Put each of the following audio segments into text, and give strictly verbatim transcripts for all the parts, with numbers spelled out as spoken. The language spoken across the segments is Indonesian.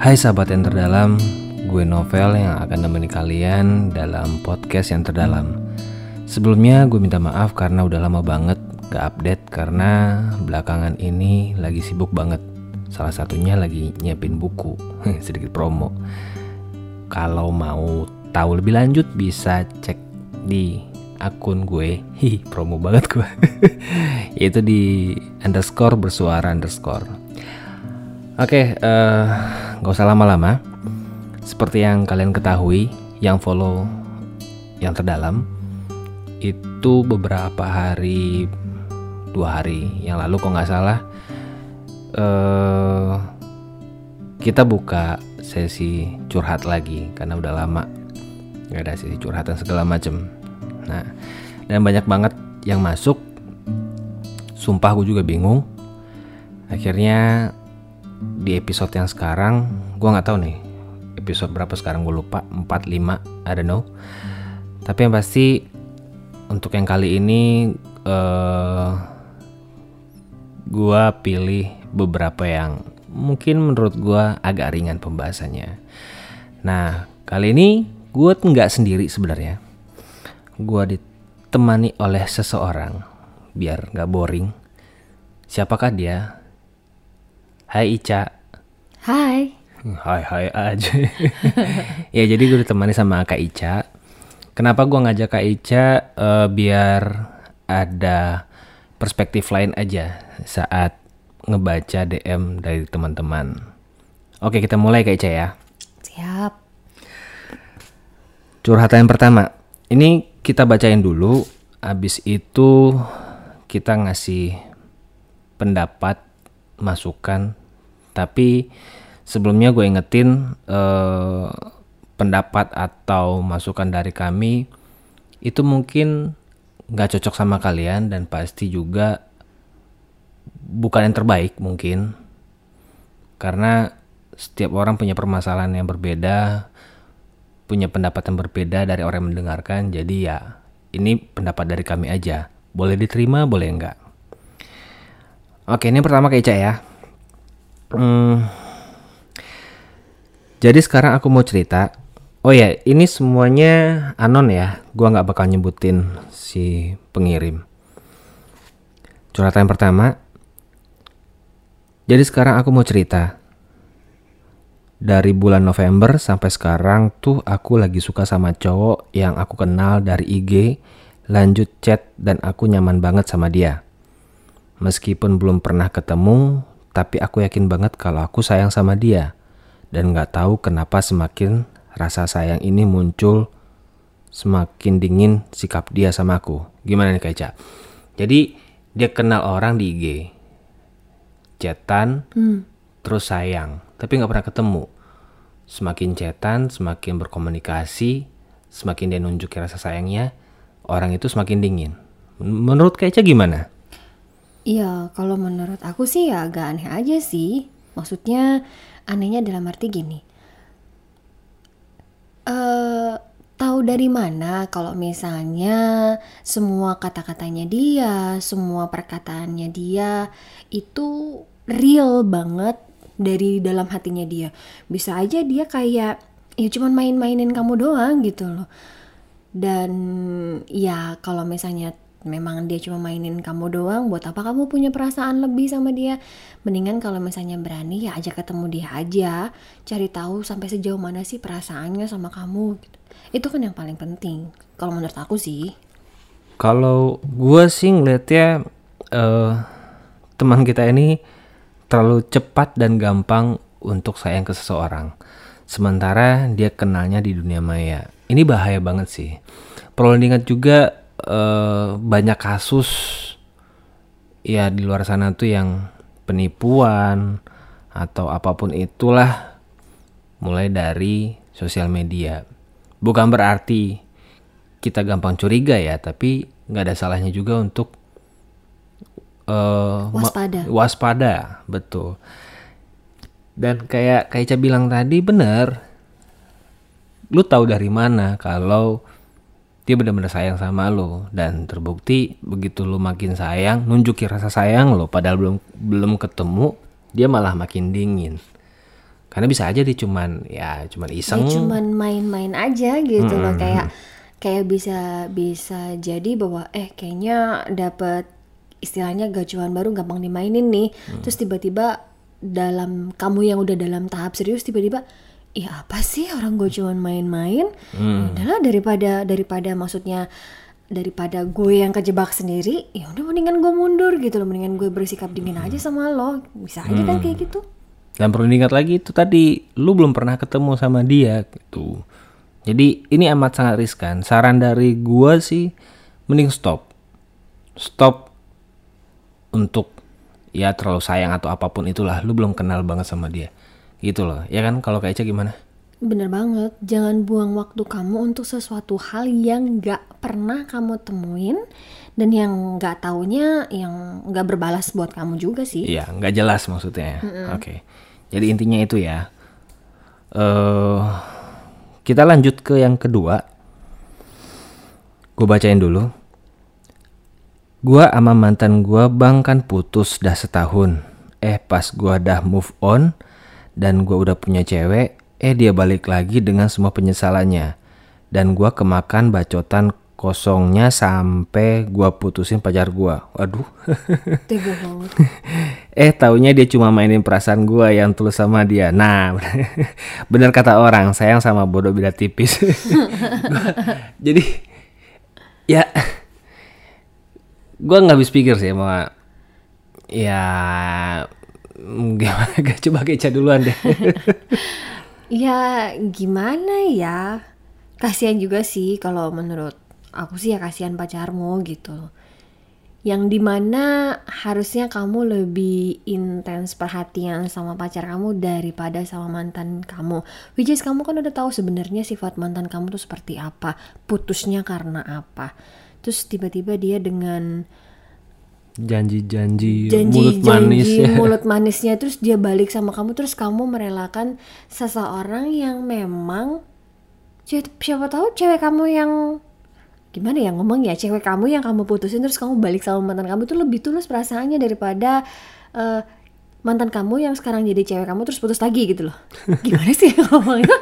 Hai sahabat yang terdalam, gue Novel yang akan nemenin kalian dalam podcast yang terdalam. Sebelumnya gue minta maaf karena udah lama banget gak update karena belakangan ini lagi sibuk banget. Salah satunya lagi nyiapin buku, sedikit promo. Kalau mau tahu lebih lanjut bisa cek di akun gue, hi promo banget gue, yaitu di underscore bersuara underscore. Oke, uh, gak usah lama-lama. Seperti yang kalian ketahui, yang follow yang terdalam, itu beberapa hari, dua hari yang lalu kok gak salah, uh, kita buka sesi curhat lagi karena udah lama gak ada sesi curhatan segala macem. Nah, dan banyak banget yang masuk. Sumpah gue juga bingung. Akhirnya di episode yang sekarang, gue gak tahu nih episode berapa sekarang, gue lupa, empat, lima, I don't know. Tapi yang pasti untuk yang kali ini uh, gue pilih beberapa yang mungkin menurut gue agak ringan pembahasannya. Nah, kali ini gue gak sendiri sebenarnya. Gue ditemani oleh seseorang, biar gak boring. Siapakah dia? Hai Ica. Hai. Hai hai aja. Ya jadi gue ditemani sama Kak Ica. Kenapa gue ngajak Kak Ica? Uh, biar ada perspektif lain aja saat ngebaca D M dari teman-teman. Oke, kita mulai Kak Ica ya. Siap. Curhatan yang pertama. Ini kita bacain dulu. Abis itu kita ngasih pendapat, masukan. Tapi sebelumnya gue ingetin eh, pendapat atau masukan dari kami itu mungkin gak cocok sama kalian dan pasti juga bukan yang terbaik mungkin, karena setiap orang punya permasalahan yang berbeda, punya pendapat yang berbeda dari orang yang mendengarkan. Jadi ya ini pendapat dari kami aja, boleh diterima boleh enggak. Oke, ini pertama Kak Ica ya. Hmm, jadi sekarang aku mau cerita. Oh ya, ini semuanya anon ya. Gua nggak bakal nyebutin si pengirim. Curhatan pertama. Jadi sekarang aku mau cerita. Dari bulan November sampai sekarang tuh aku lagi suka sama cowok yang aku kenal dari I G, lanjut chat dan aku nyaman banget sama dia. Meskipun belum pernah ketemu, tapi aku yakin banget kalau aku sayang sama dia. Dan gak tahu kenapa semakin rasa sayang ini muncul, semakin dingin sikap dia sama aku. Gimana nih Kak Ica? Jadi dia kenal orang di I G, chatan, hmm. terus sayang, tapi gak pernah ketemu. Semakin chatan, semakin berkomunikasi, semakin dia nunjukin rasa sayangnya, orang itu semakin dingin. Menurut Kak Ica gimana? Iya, kalau menurut aku sih ya agak aneh aja sih. Maksudnya anehnya dalam arti gini. Uh, tahu dari mana kalau misalnya semua kata-katanya dia, semua perkataannya dia itu real banget dari dalam hatinya dia. Bisa aja dia kayak ya cuman main-mainin kamu doang gitu loh. Dan ya kalau misalnya memang dia cuma mainin kamu doang, buat apa kamu punya perasaan lebih sama dia? Mendingan kalau misalnya berani ya ajak ketemu dia aja, cari tahu sampai sejauh mana sih perasaannya sama kamu gitu. Itu kan yang paling penting kalau menurut aku sih. Kalau gue sih ngeliatnya uh, teman kita ini terlalu cepat dan gampang untuk sayang ke seseorang, sementara dia kenalnya di dunia maya. Ini bahaya banget sih. Perlu diingat juga Uh, banyak kasus ya di luar sana tuh yang penipuan atau apapun itulah, mulai dari sosial media. Bukan berarti kita gampang curiga ya, tapi nggak ada salahnya juga untuk uh, waspada. Ma- waspada, betul. Dan kayak kayak Ica bilang tadi bener. Lu tahu dari mana kalau dia benar-benar sayang sama lo, dan terbukti begitu lo makin sayang, nunjukin rasa sayang lo padahal belum belum ketemu, dia malah makin dingin. Karena bisa aja dia cuman ya cuman iseng. Dia cuman main-main aja gitu hmm. loh, kayak kayak bisa bisa jadi bahwa eh kayaknya dapet istilahnya gacuan baru gampang dimainin nih. Hmm. Terus tiba-tiba dalam kamu yang udah dalam tahap serius tiba-tiba ya apa sih orang gue cuman main-main. Hmm. Udahlah daripada daripada maksudnya daripada gue yang kejebak sendiri, ya udah mendingan gue mundur gitu loh, mendingan gue bersikap dingin aja sama lo, bisa aja hmm. kan kayak gitu. Dan perlu diingat lagi itu tadi, lu belum pernah ketemu sama dia gitu. Jadi ini amat sangat riskan. Saran dari gue sih, mending stop, stop untuk ya terlalu sayang atau apapun itulah. Lu belum kenal banget sama dia, gitu loh. Ya kan? Kalau Kak Ica gimana? Bener banget, jangan buang waktu kamu untuk sesuatu hal yang gak pernah kamu temuin dan yang gak taunya yang gak berbalas buat kamu juga sih. Iya, gak jelas maksudnya. Oke, okay. Jadi intinya itu ya. Uh, kita lanjut ke yang kedua. Gue bacain dulu. Gue sama mantan gue bang kan putus dah setahun. Eh pas gue dah move on dan gue udah punya cewek, Eh dia balik lagi dengan semua penyesalannya. Dan gue kemakan bacotan kosongnya sampai gue putusin pacar gue. Waduh. Tega banget. Eh taunya dia cuma mainin perasaan gue yang tulus sama dia. Nah bener kata orang, sayang sama bodoh beda tipis. Gua, jadi ya gue gak habis pikir sih mau ya gimana. Coba Keca duluan deh. Ya gimana ya, kasihan juga sih kalau menurut aku sih ya, kasihan pacarmu gitu. Yang dimana harusnya kamu lebih intens perhatian sama pacar kamu daripada sama mantan kamu. Which is kamu kan udah tahu sebenarnya sifat mantan kamu tuh seperti apa, putusnya karena apa. Terus tiba-tiba dia dengan janji-janji janji, mulut manis janji, ya. mulut manisnya terus dia balik sama kamu, terus kamu merelakan seseorang yang memang siapa tahu cewek kamu yang gimana ya ngomong ya, cewek kamu yang kamu putusin terus kamu balik sama mantan kamu itu lebih tulus perasaannya daripada uh, mantan kamu yang sekarang jadi cewek kamu terus putus lagi gitu loh. Gimana sih ngomongnya?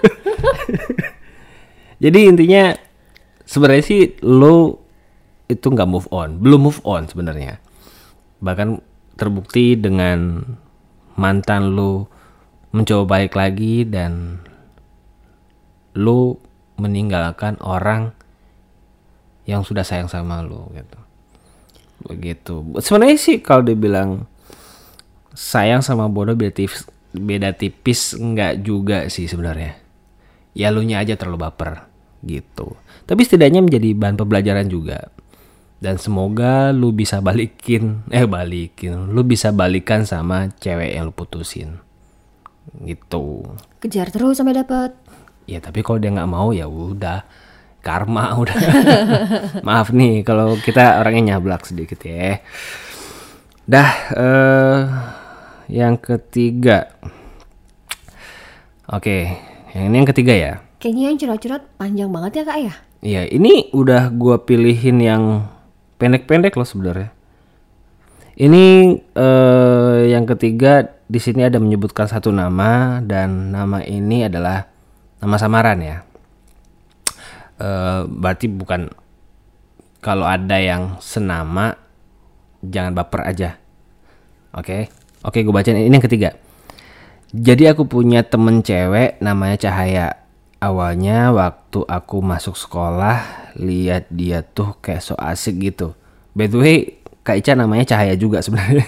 Jadi intinya sebenarnya sih lo itu nggak move on, belum move on sebenarnya. Bahkan terbukti dengan mantan lu mencoba balik lagi dan lu meninggalkan orang yang sudah sayang sama lu gitu. Begitu. Sebenarnya sih kalau dibilang sayang sama bodoh beda tipis, beda tipis enggak juga sih sebenarnya. Ya lu nya aja terlalu baper gitu. Tapi setidaknya menjadi bahan pembelajaran juga. Dan semoga lu bisa balikin, eh balikin, lu bisa balikan sama cewek yang lu putusin, gitu. Kejar terus sampai dapat. Ya tapi kalau dia nggak mau ya udah, karma udah. Maaf nih kalau kita orangnya nyablak sedikit ya. Dah, eh, yang ketiga. Oke, yang ini yang ketiga ya. Kayaknya yang curhat-curhat panjang banget ya kak ya. Iya, ini udah gua pilihin yang pendek-pendek loh sebenarnya. Ini eh, yang ketiga di sini ada menyebutkan satu nama dan nama ini adalah nama samaran ya. Eh, berarti bukan, kalau ada yang senama jangan baper aja. Oke, oke gue bacain ini yang ketiga. Jadi aku punya temen cewek namanya Cahaya. Awalnya waktu aku masuk sekolah lihat dia tuh kayak so asik gitu. By the way, Kak Ica namanya Cahaya juga sebenarnya.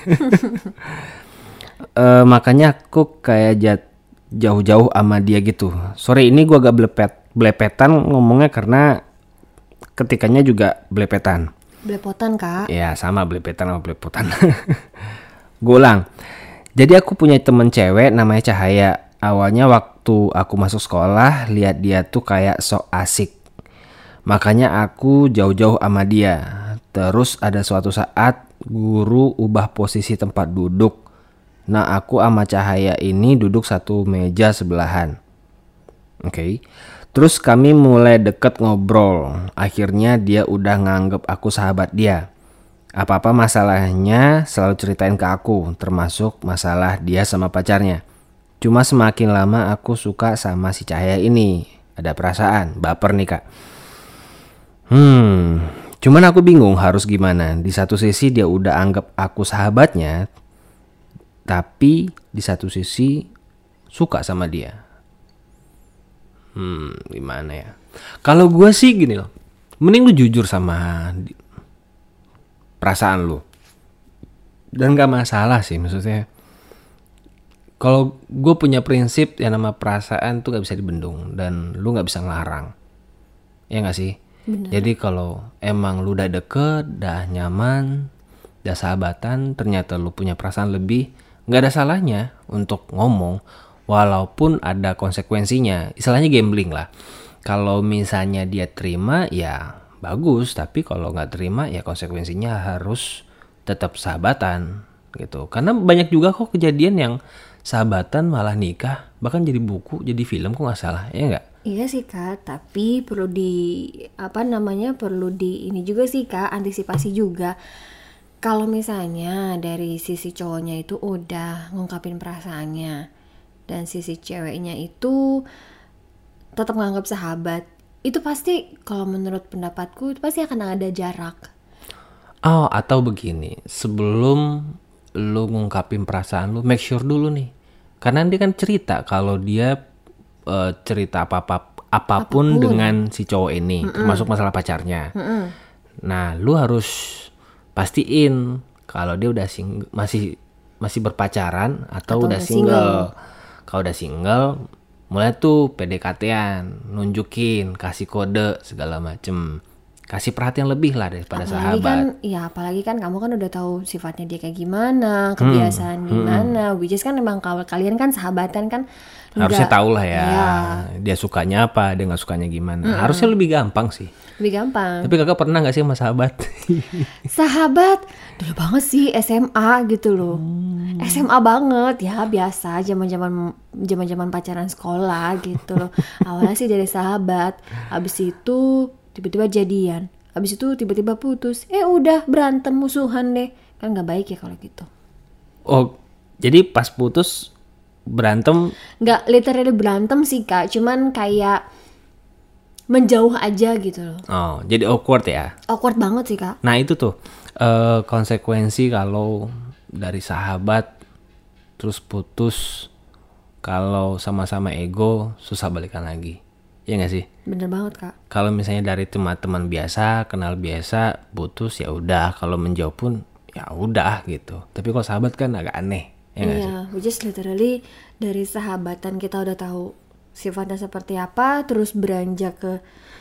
e, makanya aku kayak jat, jauh-jauh sama dia gitu. Sorry ini gue agak belepet, belepetan ngomongnya karena ketikannya juga belepetan. Belepotan kak? Ya sama belepetan sama belepotan. Gue ulang. Jadi aku punya temen cewek namanya Cahaya. Awalnya waktu aku masuk sekolah lihat dia tuh kayak sok asik. Makanya aku jauh-jauh sama dia. Terus ada suatu saat guru ubah posisi tempat duduk. Nah aku sama Cahaya ini duduk satu meja sebelahan. Oke. Okay. Terus kami mulai deket ngobrol. Akhirnya dia udah nganggep aku sahabat dia. Apa-apa masalahnya selalu ceritain ke aku. Termasuk masalah dia sama pacarnya. Cuma semakin lama aku suka sama si Cahaya ini. Ada perasaan, baper nih kak. Hmm, cuman aku bingung harus gimana. Di satu sisi dia udah anggap aku sahabatnya, tapi di satu sisi suka sama dia. Hmm, gimana ya? Kalau gue sih gini loh, mending lu jujur sama di- perasaan lu. Dan gak masalah sih, maksudnya kalau gue punya prinsip yang nama perasaan tuh gak bisa dibendung dan lu gak bisa ngelarang. Ya gak sih? Bener. Jadi kalau emang lu udah deket, udah nyaman, udah sahabatan, ternyata lu punya perasaan lebih, gak ada salahnya untuk ngomong walaupun ada konsekuensinya. Istilahnya gambling lah. Kalau misalnya dia terima ya bagus, tapi kalau gak terima ya konsekuensinya harus tetap sahabatan gitu. Karena banyak juga kok kejadian yang sahabatan malah nikah, bahkan jadi buku, jadi film, kok nggak salah, ya nggak? Iya sih kak, tapi perlu di apa namanya perlu di ini juga sih kak, antisipasi juga. Kalau misalnya dari sisi cowoknya itu udah ngungkapin perasaannya dan sisi ceweknya itu tetap nganggap sahabat, itu pasti kalau menurut pendapatku itu pasti akan ada jarak. Oh, atau begini, sebelum lu ngungkapin perasaan lu, make sure dulu nih. Karena dia kan cerita kalau dia uh, cerita apa-apa apapun, apapun dengan si cowok ini, Mm-mm. termasuk masalah pacarnya. Mm-mm. Nah, lu harus pastiin kalau dia udah sing- masih masih berpacaran atau, atau udah single. single. Kalau udah single, mulai tuh P D K T-an, nunjukin, kasih kode segala macem. Kasih perhatian lebih lah daripada apalagi sahabat. Kan, ya apalagi kan kamu kan udah tahu sifatnya dia kayak gimana, kebiasaan hmm, gimana. Hmm. Which is kan memang kalau kalian kan sahabatan kan. Harusnya tahu lah ya, ya. Dia sukanya apa, dia nggak sukanya gimana. Hmm. Harusnya lebih gampang sih. Lebih gampang. Tapi kakak pernah nggak sih sama sahabat? Sahabat dulu banget sih S M A gitu loh. Hmm. S M A banget ya, biasa zaman-zaman zaman-zaman pacaran sekolah gitu loh. Awalnya sih dari sahabat, habis itu tiba-tiba jadian, habis itu tiba-tiba putus, eh udah berantem musuhan deh, kan nggak baik ya kalau gitu. Oh, jadi pas putus berantem? Nggak literally berantem sih kak, cuman kayak menjauh aja gitu loh. Oh, jadi awkward ya? Awkward banget sih kak. Nah itu tuh uh, konsekuensi kalau dari sahabat terus putus, kalau sama-sama ego susah balikan lagi. Iya gak sih? Bener banget kak. Kalau misalnya dari teman-teman biasa, kenal biasa, putus ya udah. Kalau menjauh pun ya udah gitu. Tapi kalau sahabat kan agak aneh. Ya gak iya, sih? which is literally dari sahabatan kita udah tahu sifatnya seperti apa, terus beranjak ke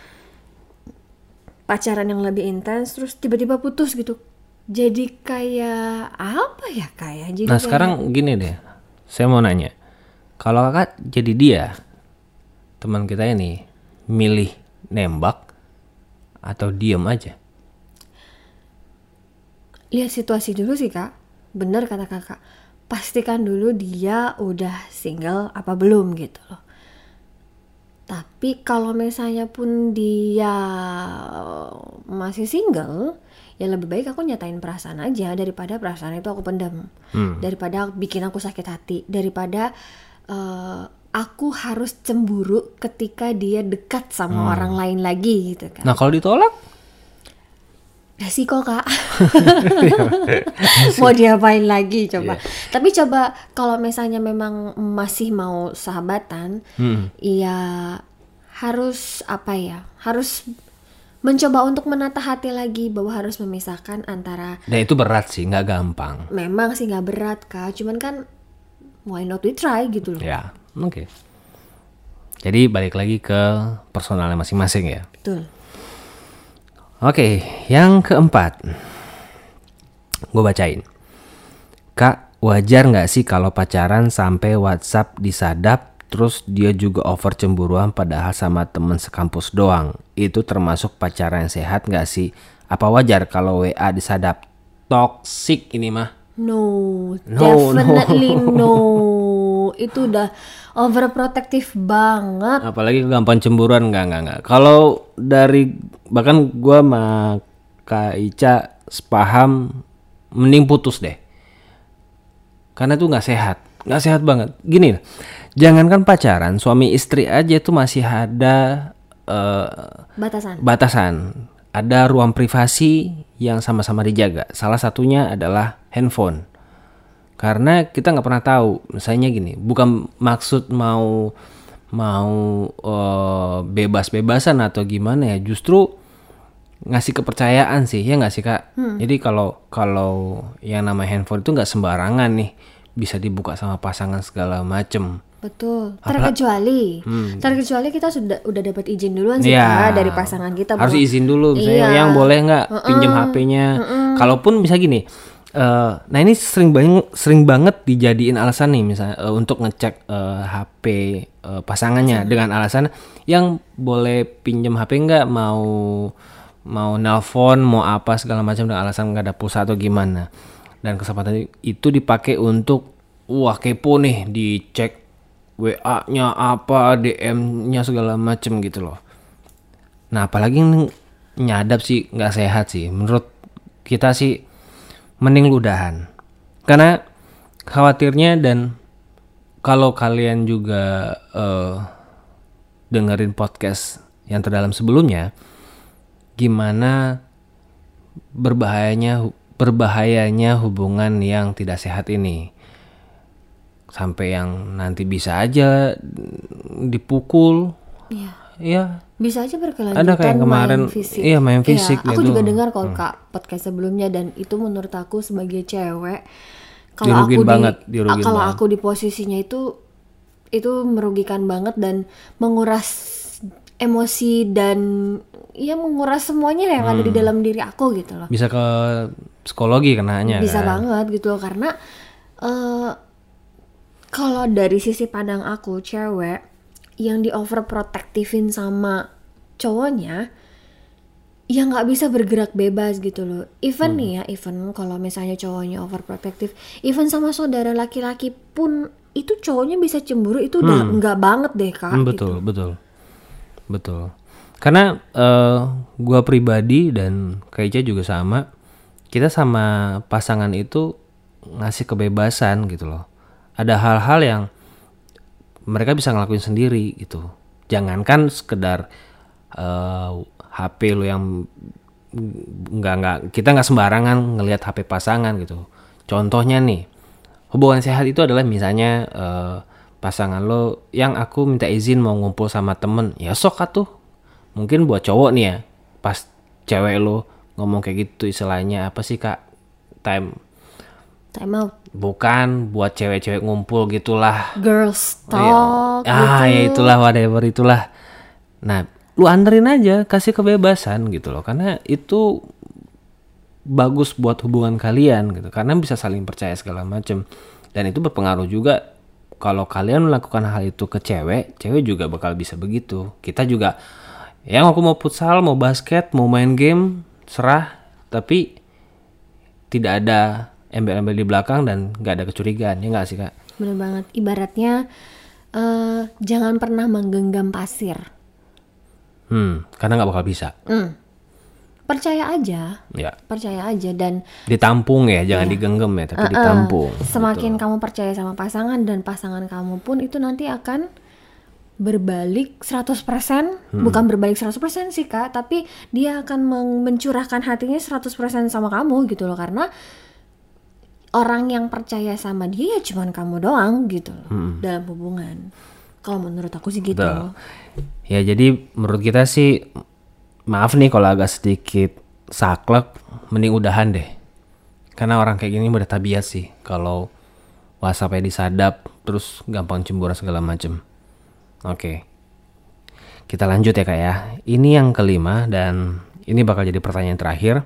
pacaran yang lebih intens, terus tiba-tiba putus gitu. Jadi kayak apa ya kayak? Jadi nah kayak... sekarang gini deh, saya mau nanya, kalau kakak jadi dia, teman kita ini milih nembak atau diem aja? Lihat situasi dulu sih kak. Bener kata kakak, pastikan dulu dia udah single apa belum gitu loh. Tapi kalau misalnya pun dia masih single, ya lebih baik aku nyatain perasaan aja daripada perasaan itu aku pendam. Hmm. Daripada bikin aku sakit hati, daripada uh, aku harus cemburu ketika dia dekat sama hmm. orang lain lagi gitu kan. Nah kalau ditolak? Resiko kak. Mau diapain lagi coba. Yeah. Tapi coba kalau misalnya memang masih mau sahabatan, hmm. ya harus apa ya, harus mencoba untuk menata hati lagi, bahwa harus memisahkan antara. Dan itu berat sih, nggak gampang. Memang sih nggak berat kak, cuman kan why not we try gitu loh. Ya, oke. Okay. Jadi balik lagi ke personalnya masing-masing ya. Betul. Oke, yang keempat, gue bacain. Kak, wajar nggak sih kalau pacaran sampai WhatsApp disadap, terus dia juga over cemburuan padahal sama temen sekampus doang? Itu termasuk pacaran yang sehat nggak sih? Apa wajar kalau W A disadap? Toxic ini mah. No, no definitely no. no. Itu udah overprotective banget. Apalagi gampang cemburuan, enggak enggak enggak. Kalau dari bahkan gue sama Kak Ica sepaham, mending putus deh. Karena itu nggak sehat. nggak sehat banget. Gini, jangankan pacaran, suami istri aja tuh masih ada uh, batasan. Batasan. Ada ruang privasi yang sama-sama dijaga. Salah satunya adalah handphone. Karena kita nggak pernah tahu. Misalnya gini, bukan maksud mau mau uh, bebas-bebasan atau gimana ya. Justru ngasih kepercayaan sih, ya nggak sih Kak? Hmm. Jadi kalau kalau yang namanya handphone itu nggak sembarangan nih, bisa dibuka sama pasangan segala macem. Betul. Terkecuali, hmm. terkecuali kita sudah udah dapat izin duluan sih ya, Kak, dari pasangan kita. Harus bahwa, izin dulu, misalnya iya. yang boleh nggak uh-uh. pinjam H P-nya. Uh-uh. Kalaupun bisa gini, uh, nah ini sering banget sering banget dijadiin alasan nih, misalnya uh, untuk ngecek uh, H P uh, pasangannya Pasangan. dengan alasan yang boleh pinjam H P nggak, mau mau nelpon, mau apa segala macam dengan alasan nggak ada pulsa atau gimana. Dan kesempatan itu dipakai untuk wah kepo nih, dicek W A-nya apa, D M-nya segala macem gitu loh. Nah apalagi nyadap sih nggak sehat sih. Menurut kita sih mending ludahan. Karena khawatirnya, dan kalau kalian juga uh, dengerin podcast yang terdalam sebelumnya, gimana berbahayanya berbahayanya hubungan yang tidak sehat ini. Sampai yang nanti bisa aja dipukul. Iya. Iya. Bisa aja berkelanjutan. Ada kayak kemarin main fisik. Iya, main fisik iya, aku gitu. juga dengar kalau hmm. Kak podcast sebelumnya, dan itu menurut aku sebagai cewek, kalau aku banget, di kalau banget. aku di posisinya itu itu merugikan banget dan menguras emosi dan ya menguras semuanya yang hmm. ada di dalam diri aku gitu loh. Bisa ke psikologi kenanya. Bisa kan? banget gitu loh, karena uh, kalau dari sisi pandang aku, cewek yang di overprotectivin sama cowoknya, ya nggak bisa bergerak bebas gitu loh. Even hmm. nih ya, even kalau misalnya cowoknya overprotective, even sama saudara laki-laki pun itu cowoknya bisa cemburu, itu udah hmm. nggak banget deh Kak. Hmm, betul, gitu. betul, betul. Karena uh, gue pribadi dan Kaica juga sama, kita sama pasangan itu ngasih kebebasan gitu loh. Ada hal-hal yang mereka bisa ngelakuin sendiri gitu. Jangankan sekedar uh, H P lo yang nggak nggak kita nggak sembarangan ngelihat H P pasangan gitu. Contohnya nih, hubungan sehat itu adalah misalnya uh, pasangan lo yang aku minta izin mau ngumpul sama temen, ya sok atuh. Mungkin buat cowok nih ya, pas cewek lo ngomong kayak gitu, istilahnya apa sih Kak? Time time out. Bukan, buat cewek-cewek ngumpul gitulah. Girls talk. Ya, ah, gitu. Ya itulah, whatever itulah. Nah, lu anterin aja, kasih kebebasan gitu loh. Karena itu bagus buat hubungan kalian gitu. Karena bisa saling percaya segala macam. Dan itu berpengaruh juga kalau kalian melakukan hal itu ke cewek, cewek juga bakal bisa begitu. Kita juga, yang aku mau futsal, mau basket, mau main game, serah. Tapi tidak ada embel-embel di belakang dan gak ada kecurigaan, ya gak sih Kak? Bener banget, ibaratnya uh, jangan pernah menggenggam pasir. Hmm, karena gak bakal bisa. Hmm. Percaya aja, ya. percaya aja dan ditampung ya, jangan iya. digenggam ya, tapi uh-uh. ditampung. Semakin Betul. kamu percaya sama pasangan dan pasangan kamu pun itu nanti akan berbalik seratus persen, hmm. bukan berbalik seratus persen sih Kak, tapi dia akan mencurahkan hatinya seratus persen sama kamu gitu loh, karena orang yang percaya sama dia ya cuman kamu doang gitu loh, hmm. dalam hubungan. Kalau menurut aku sih gitu. Betul. Ya jadi menurut kita sih, maaf nih kalau agak sedikit saklek, mending udahan deh. Karena orang kayak gini udah tabiat sih, kalau WhatsApp-nya disadap terus gampang cemburu segala macem. Oke, kita lanjut ya Kak ya. Ini yang kelima dan ini bakal jadi pertanyaan terakhir.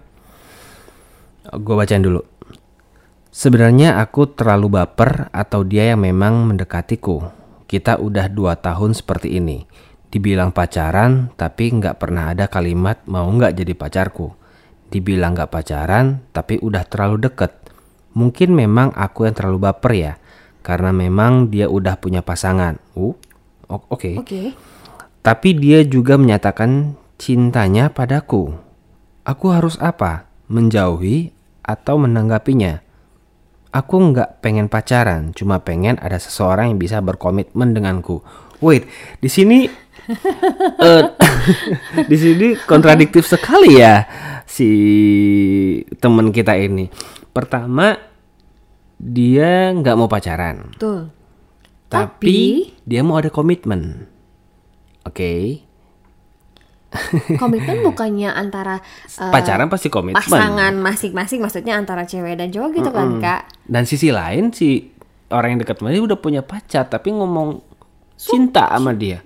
Gue bacain dulu. Sebenarnya aku terlalu baper atau dia yang memang mendekatiku? Kita udah dua tahun seperti ini. Dibilang pacaran tapi gak pernah ada kalimat mau gak jadi pacarku. Dibilang gak pacaran tapi udah terlalu deket. Mungkin memang aku yang terlalu baper ya. Karena memang dia udah punya pasangan. Uh, oke. Okay. Okay. Tapi dia juga menyatakan cintanya padaku. Aku harus apa? Menjauhi atau menanggapinya? aku nggak pengen pacaran, cuma pengen ada seseorang yang bisa berkomitmen denganku. Wait, di sini uh, di sini kontradiktif sekali ya si teman kita ini. Pertama, dia nggak mau pacaran. Betul. Tapi, Tapi dia mau ada komitmen. Oke. Okay. Komitmen bukannya antara uh, pacaran pasti komitmen. Pasangan masing-masing, maksudnya antara cewek dan cowok gitu mm-mm. kan, Kak. Dan sisi lain si orang yang dekat sama dia udah punya pacar tapi ngomong so, cinta sama dia.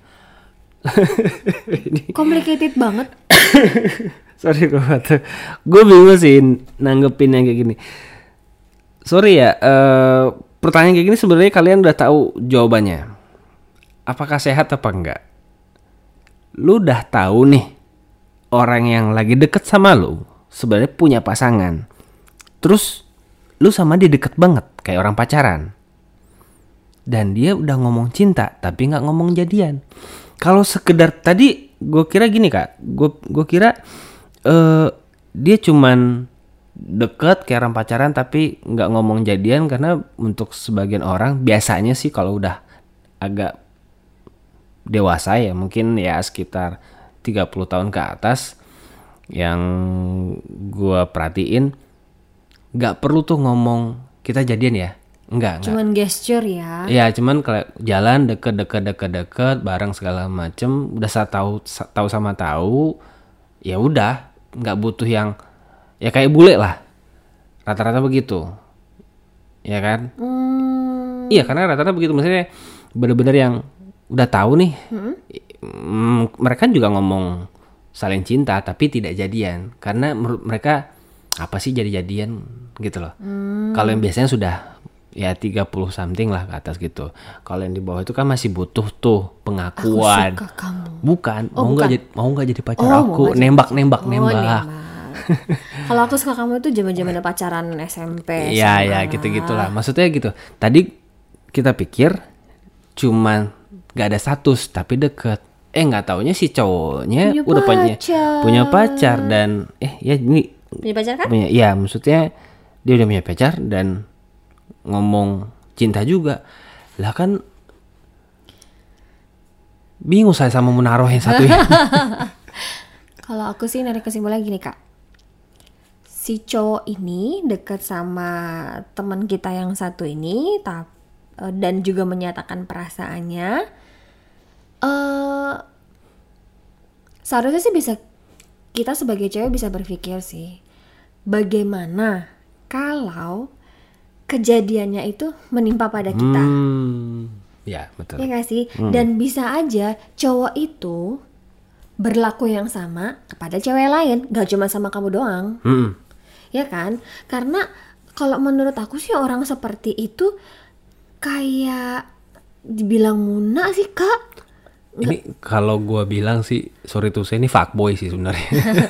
Complicated banget. Sorry gue batuk. Gue bingung sih nanggepin yang kayak gini. Sorry ya, uh, pertanyaan kayak gini sebenarnya kalian udah tahu jawabannya. Apakah sehat apa enggak? Lu udah tahu nih orang yang lagi deket sama lu sebenarnya punya pasangan. Terus lu sama dia deket banget kayak orang pacaran. Dan dia udah ngomong cinta tapi nggak ngomong jadian. Kalau sekedar tadi gue kira gini Kak, gue gue kira uh, dia cuman deket kayak orang pacaran tapi nggak ngomong jadian karena untuk sebagian orang biasanya sih kalau udah agak dewasa ya mungkin ya sekitar tiga puluh tahun ke atas yang gua perhatiin nggak perlu tuh ngomong kita jadian ya, enggak cuman enggak. Gesture ya ya cuman kalau jalan deket deket deket deket bareng segala macem udah saya tahu tahu sama tahu ya udah nggak butuh yang ya kayak bule lah rata-rata begitu ya kan hmm. Iya karena rata-rata begitu maksudnya bener-bener yang udah tahu nih hmm? mereka juga ngomong saling cinta tapi tidak jadian karena menurut mereka apa sih jadi-jadian gitu loh. hmm. Kalau yang biasanya sudah ya tiga puluh something lah ke atas gitu, kalau yang di bawah itu kan masih butuh tuh pengakuan. Aku suka kamu. Bukan oh, mau nggak jadi mau nggak jadi pacar oh, aku nembak nembak oh, nembak, nembak. Kalau aku suka kamu itu zaman-zaman pacaran S M P. Iya ya gitu-gitulah maksudnya gitu. Tadi kita pikir cuman gak ada status tapi deket, eh nggak taunya si cowoknya punya udah punya pacar. punya pacar dan eh ya ini punya pacar kan? Punya, ya maksudnya dia udah punya pacar dan ngomong cinta juga lah kan. Bingung saya sama menaruh yang satu ya. Kalau aku sih narik kesimpulan gini Kak, si cowok ini dekat sama teman kita yang satu ini tap, dan juga menyatakan perasaannya. Uh, seharusnya sih bisa kita sebagai cewek bisa berpikir sih bagaimana kalau kejadiannya itu menimpa pada kita. Hmm, ya betul. Ya nggak sih? Hmm. Dan bisa aja cowok itu berlaku yang sama kepada cewek lain, gak cuma sama kamu doang. Hmm. Ya kan? Karena kalau menurut aku sih orang seperti itu kayak dibilang muna sih Kak. Nggak. Ini kalau gue bilang sih, sorry tuh saya ini fuckboy sih sebenarnya.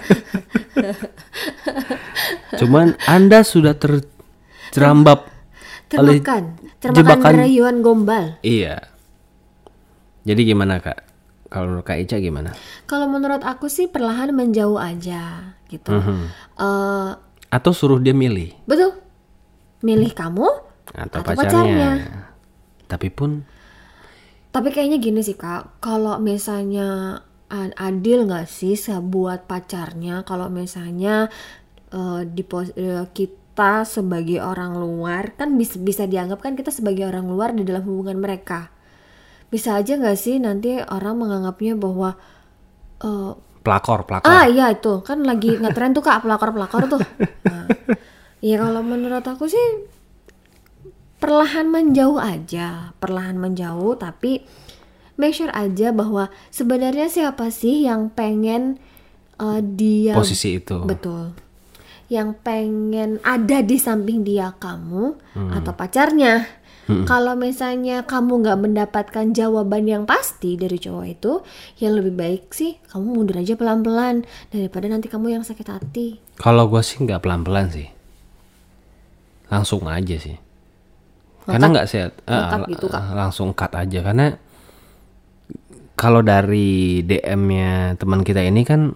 Cuman Anda sudah terjerambab oleh termakan, termakan rayuan gombal. Iya. Jadi gimana Kak? Kalau menurut Kak Ica gimana? Kalau menurut aku sih perlahan menjauh aja gitu. Mm-hmm. Uh, Atau suruh dia milih. Betul. Milih kamu atau, atau pacarnya. pacarnya. Tapi pun Tapi kayaknya gini sih Kak, kalau misalnya adil nggak sih buat pacarnya kalau misalnya uh, di pos, uh, kita sebagai orang luar kan bisa bisa dianggap kan kita sebagai orang luar di dalam hubungan mereka. Bisa aja nggak sih nanti orang menganggapnya bahwa uh, pelakor pelakor. Ah iya itu kan lagi ngetren tuh Kak pelakor pelakor tuh. Nah, ya kalau menurut aku sih perlahan menjauh aja, perlahan menjauh tapi make sure aja bahwa sebenarnya siapa sih yang pengen uh, dia posisi itu. Betul. Yang pengen ada di samping dia kamu hmm. atau pacarnya. Hmm. Kalau misalnya kamu nggak mendapatkan jawaban yang pasti dari cowok itu, yang lebih baik sih kamu mundur aja pelan-pelan daripada nanti kamu yang sakit hati. Kalau gue sih nggak pelan-pelan sih, langsung aja sih. Karena nggak sehat, uh, gitu, langsung cut aja. Karena kalau dari D M-nya teman kita ini kan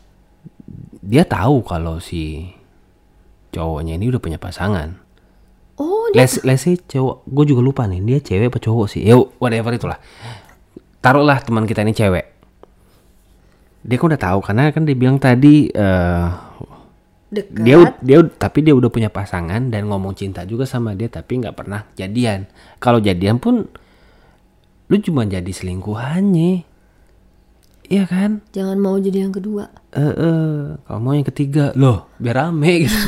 dia tahu kalau si cowoknya ini udah punya pasangan. let's let's say cowok, gue juga lupa nih dia cewek apa cowok sih, ya whatever itulah. Taruhlah teman kita ini cewek, dia kan udah tahu karena kan dia bilang tadi uh, Dekat. dia dia tapi dia udah punya pasangan dan ngomong cinta juga sama dia tapi nggak pernah jadian. Kalau jadian pun lu cuma jadi selingkuhannya, iya kan? Jangan mau jadi yang kedua. Eh, uh, kalau mau yang ketiga, loh biar rame gitu.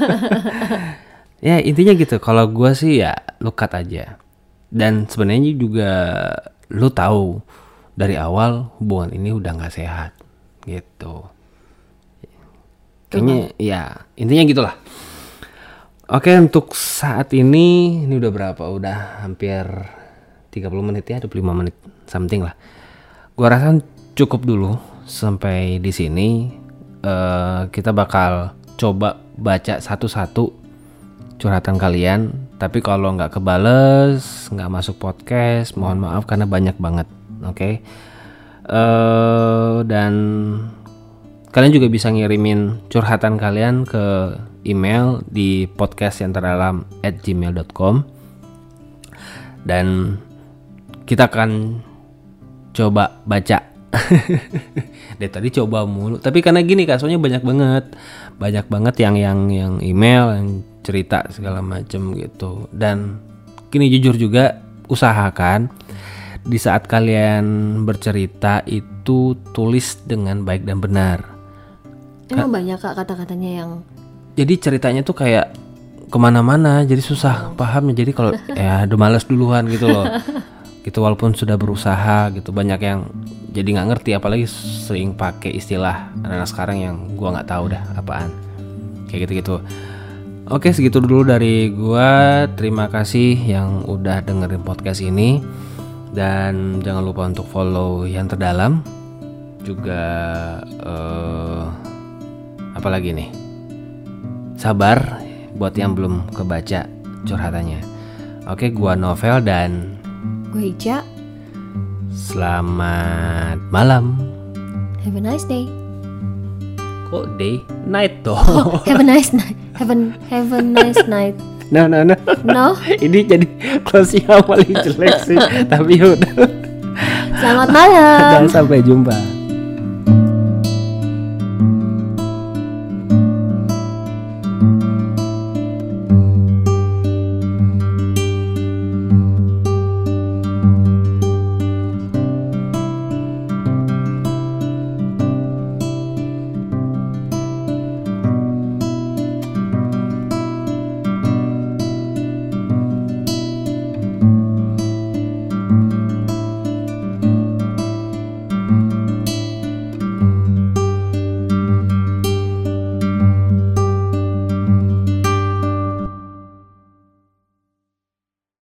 Ya intinya gitu. Kalau gue sih ya lu cut aja. Dan sebenarnya juga lu tahu dari awal hubungan ini udah nggak sehat gitu. Kayaknya uh-huh. ya intinya gitulah. Oke, untuk saat ini ini udah berapa? Udah hampir tiga puluh menit ya, dua puluh lima menit something lah. Gua rasa cukup dulu sampai di sini. Uh, kita bakal coba baca satu-satu curhatan kalian, tapi kalau nggak kebales, nggak masuk podcast, mohon maaf karena banyak banget, oke? Okay? Uh, dan kalian juga bisa ngirimin curhatan kalian ke email di podcast yang terdalam at gmail dot com dan kita akan coba baca. Dari tadi coba mulu, tapi karena gini kasusnya banyak banget, banyak banget yang yang yang email, yang cerita segala macem gitu. Dan gini jujur juga, usahakan di saat kalian bercerita itu tulis dengan baik dan benar. Emang Ka- banyak kak kata-katanya yang jadi ceritanya tuh kayak kemana-mana, jadi susah pahamnya. Jadi kalau ya udah males duluan gitu loh. Gitu walaupun sudah berusaha gitu, banyak yang jadi nggak ngerti, apalagi sering pakai istilah anak-anak sekarang yang gua nggak tahu dah apaan kayak gitu-gitu. Oke, segitu dulu dari gua. Terima kasih yang udah dengerin podcast ini dan jangan lupa untuk follow Yang Terdalam juga. Uh, apalagi nih, sabar buat yang belum kebaca curhatannya. Oke, gua Novel dan gue Ica. Selamat malam. Have a nice day. Kok day? Night toh. Oh, have a nice night. Have a, have a nice night. No no no. No. Ini jadi close-nya paling jelek sih. Tapi udah. Selamat malam. Dan sampai jumpa.